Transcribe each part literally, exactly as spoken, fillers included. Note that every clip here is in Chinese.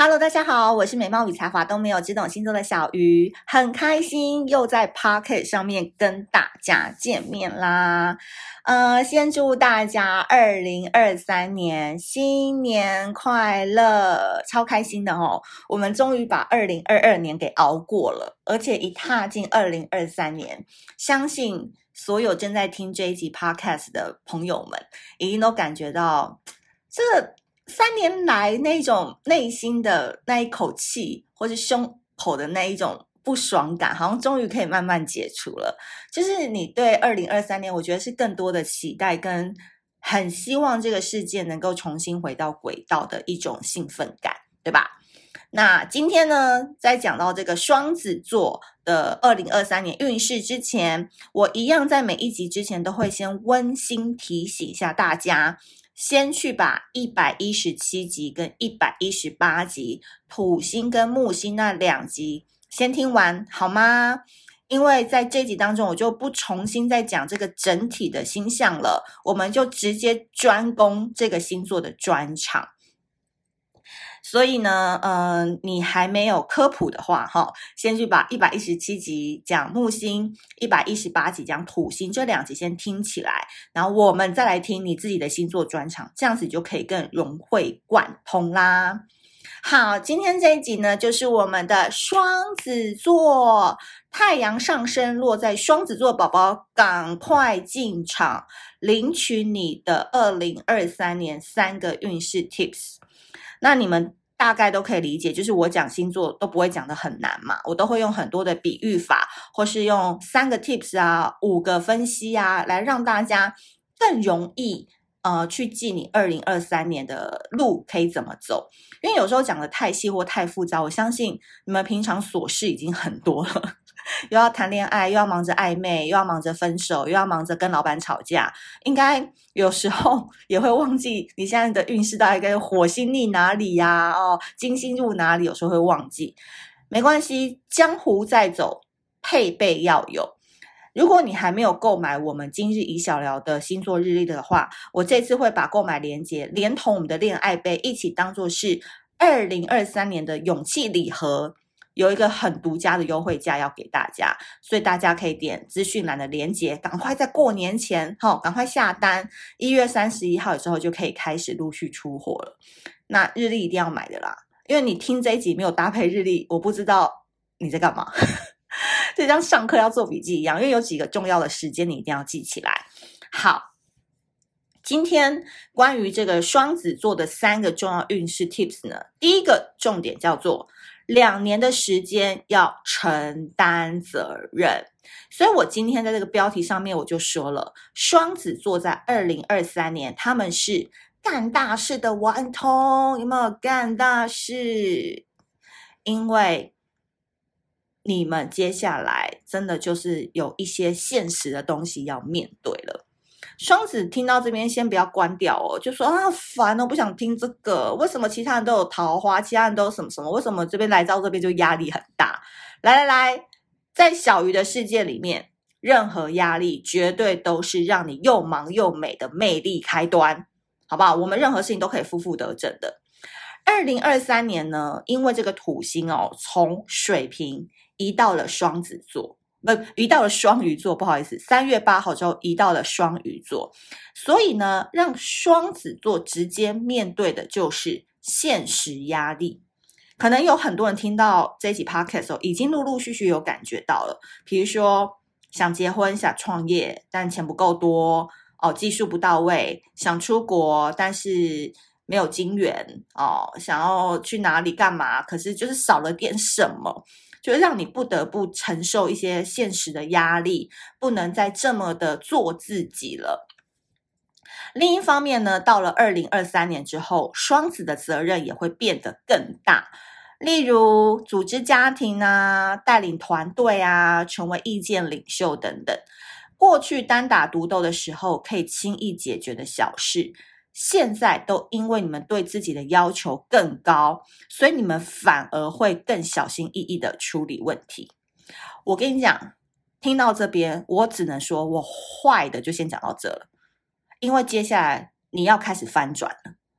Hello， 大家好，我是美貌与才华都没有，只懂星座的小鱼，很开心又在 Pocket 上面跟大家见面啦。呃，先祝大家二零二三年新年快乐，超开心的哦！我们终于把二零二二年给熬过了，而且一踏进二零二三年，相信所有正在听这一集 Podcast 的朋友们，一定都感觉到这个三年来那种内心的那一口气，或是胸口的那一种不爽感，好像终于可以慢慢解除了。就是你对二零二三年，我觉得是更多的期待，跟很希望这个世界能够重新回到轨道的一种兴奋感，对吧？那今天呢，在讲到这个双子座的二零二三年运势之前，我一样在每一集之前都会先温馨提醒一下大家，先去把一百一十七集跟一百一十八集土星跟木星那两集先听完好吗？因为在这集当中我就不重新再讲这个整体的星象了，我们就直接专攻这个星座的专场。所以呢，呃，你还没有科普的话，哈，先去把一百一十七集讲木星，一百一十八集讲土星，这两集先听起来，然后我们再来听你自己的星座专场，这样子就可以更融会贯通啦。好，今天这一集呢，就是我们的双子座，太阳上升落在双子座宝宝，赶快进场领取你的二零二三年三个运势 tips。那你们大概都可以理解，就是我讲星座都不会讲得很难嘛，我都会用很多的比喻法，或是用三个 tips 啊，五个分析啊，来让大家更容易呃去记你二零二三年的路可以怎么走。因为有时候讲得太细或太复杂，我相信你们平常琐事已经很多了，又要谈恋爱，又要忙着暧昧，又要忙着分手，又要忙着跟老板吵架，应该有时候也会忘记你现在的运势大概跟火星逆哪里呀、啊、哦，金星入哪里，有时候会忘记。没关系，江湖在走，配备要有。如果你还没有购买我们今日宜小聊的星座日历的话，我这次会把购买链接连同我们的恋爱杯一起当作是二零二三年的勇气礼盒，有一个很独家的优惠价要给大家，所以大家可以点资讯栏的连结，赶快在过年前齁赶快下单，一月三十一号之后就可以开始陆续出货了。那日历一定要买的啦，因为你听这一集没有搭配日历，我不知道你在干嘛就像上课要做笔记一样，因为有几个重要的时间你一定要记起来。好，今天关于这个双子座的三个重要运势 tips 呢，第一个重点叫做两年的时间要承担责任。所以我今天在这个标题上面我就说了，双子座在二零二三年他们是干大事的顽童，有没有干大事？因为你们接下来真的就是有一些现实的东西要面对了。双子听到这边先不要关掉哦，就说啊烦哦，不想听这个，为什么其他人都有桃花，其他人都有什么什么，为什么这边来到这边就压力很大？来来来，在小鱼的世界里面，任何压力绝对都是让你又忙又美的魅力开端，好不好？我们任何事情都可以负负得正的。二零二三年呢，因为这个土星哦，从水瓶移到了双子座，不，移到了双鱼座，不好意思，三月八号之后移到了双鱼座，所以呢，让双子座直接面对的就是现实压力。可能有很多人听到这一集 podcast 的时候，已经陆陆续续有感觉到了，比如说想结婚、想创业，但钱不够多哦，技术不到位，想出国，但是没有金源哦，想要去哪里干嘛，可是就是少了点什么，就让你不得不承受一些现实的压力，不能再这么的做自己了。另一方面呢，到了二零二三年之后，双子的责任也会变得更大，例如组织家庭啊，带领团队啊，成为意见领袖等等。过去单打独斗的时候可以轻易解决的小事，现在都因为你们对自己的要求更高，所以你们反而会更小心翼翼的处理问题。我跟你讲，听到这边我只能说我坏的就先讲到这了，因为接下来你要开始翻转了。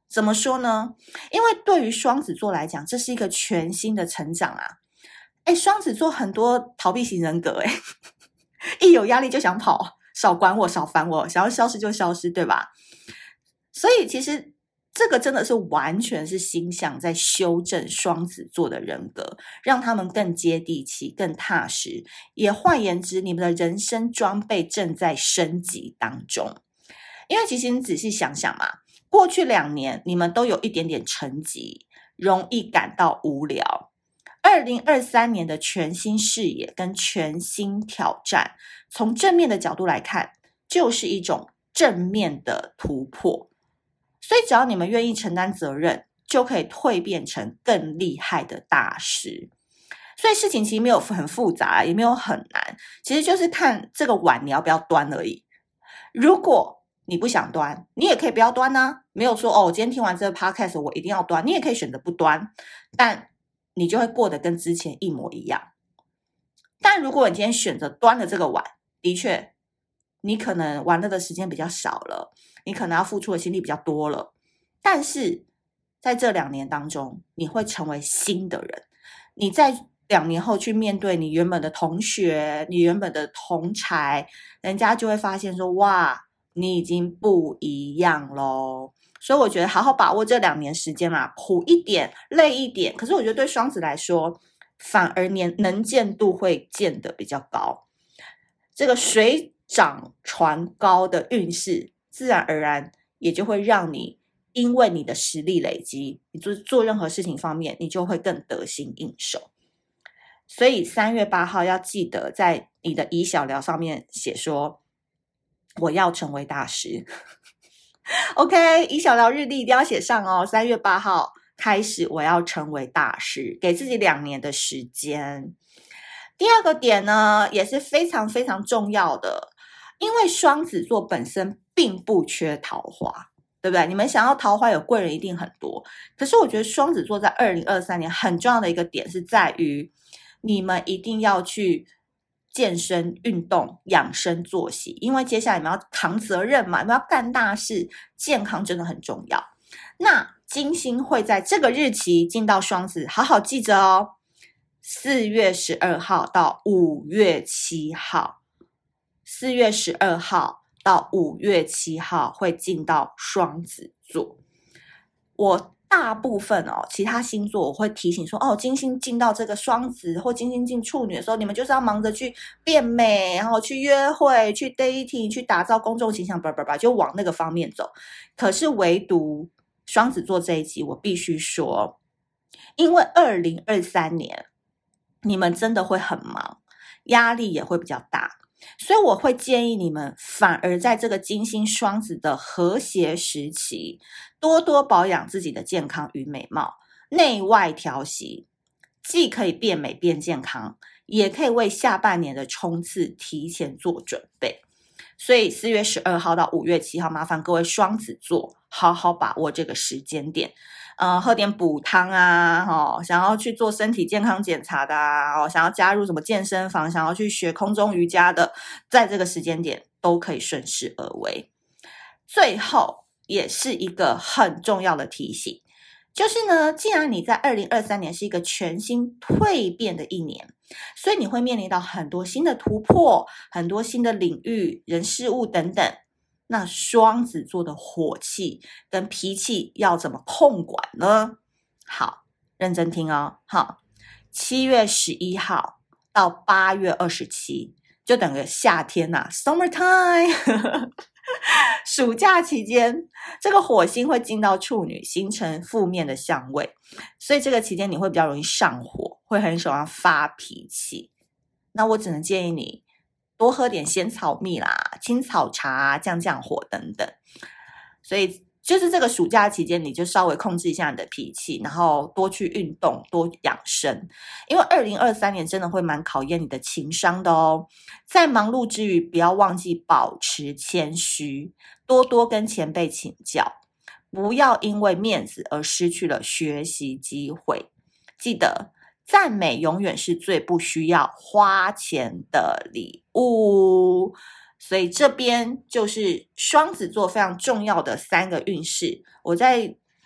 怎么说呢？因为对于双子座来讲，这是一个全新的成长啊。诶，双子座很多逃避型人格诶，一有压力就想跑，少管我，少烦我，想要消失就消失，对吧？所以其实这个真的是完全是星象在修正双子座的人格，让他们更接地气，更踏实。也换言之，你们的人生装备正在升级当中。因为其实你仔细想想嘛，过去两年你们都有一点点沉寂，容易感到无聊。二零二三年的全新视野跟全新挑战，从正面的角度来看，就是一种正面的突破。所以只要你们愿意承担责任，就可以蜕变成更厉害的大师。所以事情其实没有很复杂，也没有很难，其实就是看这个碗你要不要端而已。如果你不想端，你也可以不要端啊，没有说哦，我今天听完这个 podcast 我一定要端，你也可以选择不端，但你就会过得跟之前一模一样。但如果你今天选择端了这个碗，的确你可能玩乐的时间比较少了，你可能要付出的心力比较多了，但是在这两年当中，你会成为新的人。你在两年后去面对你原本的同学，你原本的同侪，人家就会发现说，哇，你已经不一样咯。所以我觉得好好把握这两年时间嘛，苦一点，累一点，可是我觉得对双子来说，反而年能见度会见得比较高。这个水涨船高的运势，自然而然也就会让你因为你的实力累积，你做做任何事情方面，你就会更得心应手。所以三月八号要记得在你的以小聊上面写说，我要成为大师。OK， 以小聊日历一定要写上哦。三月八号开始，我要成为大师，给自己两年的时间。第二个点呢，也是非常非常重要的，因为双子座本身并不缺桃花，对不对？你们想要桃花有贵人一定很多，可是我觉得双子座在二零二三年很重要的一个点是在于，你们一定要去健身、运动、养生作息，因为接下来你们要扛责任嘛，你们要干大事，健康真的很重要。那金星会在这个日期进到双子，好好记着哦，四月十二号到五月七号，四月十二号到五月七号会进到双子座。我大部分哦，其他星座我会提醒说，哦，金星进到这个双子或金星进处女的时候，你们就是要忙着去变美，然后去约会、去 dating、去打造公众形象，叭叭叭，就往那个方面走。可是唯独双子座这一集，我必须说，因为二零二三年你们真的会很忙，压力也会比较大。所以我会建议你们反而在这个金星双子的和谐时期，多多保养自己的健康与美貌，内外调息，既可以变美变健康，也可以为下半年的冲刺提前做准备。所以四月十二号到五月七号，麻烦各位双子座好好把握这个时间点，呃，喝点补汤啊，哦，想要去做身体健康检查的啊，哦，想要加入什么健身房，想要去学空中瑜伽的，在这个时间点都可以顺势而为。最后也是一个很重要的提醒，就是呢，既然你在二零二三年是一个全新蜕变的一年，所以你会面临到很多新的突破，很多新的领域、人事物等等。那双子座的火气跟脾气要怎么控管呢？好，认真听哦。好，七月十一号到八月二十七，就等个夏天呐、啊、，summertime 暑假期间，这个火星会进到处女，形成负面的相位，所以这个期间你会比较容易上火，会很喜欢发脾气。那我只能建议你多喝点仙草蜜啦、青草茶，降降火等等。所以就是这个暑假期间，你就稍微控制一下你的脾气，然后多去运动，多养生。因为二零二三年真的会蛮考验你的情商的哦。在忙碌之余，不要忘记保持谦虚，多多跟前辈请教，不要因为面子而失去了学习机会。记得赞美永远是最不需要花钱的礼物。所以这边就是双子座非常重要的三个运势，我再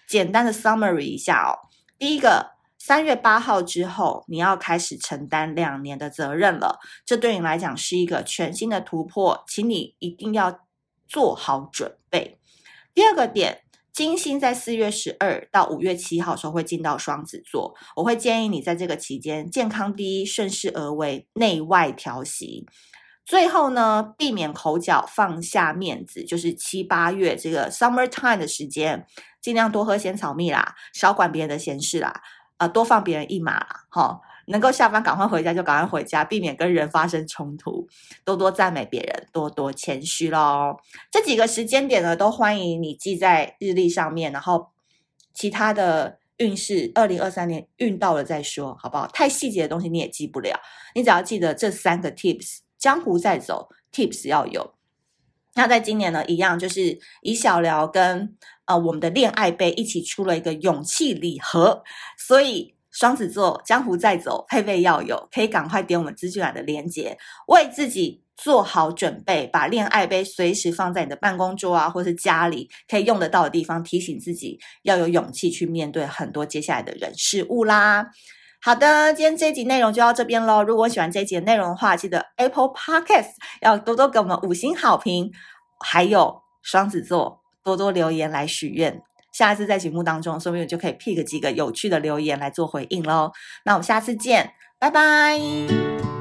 简单的 summary 一下哦。第一个，三月八号之后，你要开始承担两年的责任了，这对你来讲是一个全新的突破，请你一定要做好准备。第二个点，金星在四月十二到五月七号的时候会进到双子座，我会建议你在这个期间健康第一，顺势而为，内外调息。最后呢，避免口角，放下面子，就是七八月这个 summer time 的时间，尽量多喝仙草蜜啦，少管别人的闲事啦，呃，多放别人一马啦，齁，能够下班赶快回家就赶快回家，避免跟人发生冲突，多多赞美别人，多多谦虚咯。这几个时间点呢，都欢迎你记在日历上面，然后其他的运势二零二三年运到了再说，好不好？太细节的东西你也记不了，你只要记得这三个 tips， 江湖在走 tips 要有。那在今年呢，一样就是以小聊跟呃我们的恋爱杯一起出了一个勇气礼盒，所以双子座江湖在走配备要有，可以赶快点我们资讯栏的连结，为自己做好准备，把恋爱杯随时放在你的办公桌啊，或是家里可以用得到的地方，提醒自己要有勇气去面对很多接下来的人事物啦。好的，今天这一集内容就到这边咯。如果喜欢这一集的内容的话，记得 Apple Podcast 要多多给我们五星好评，还有双子座多多留言来许愿，下一次在节目当中说不定就可以 pick 几个有趣的留言来做回应咯。那我们下次见，拜拜。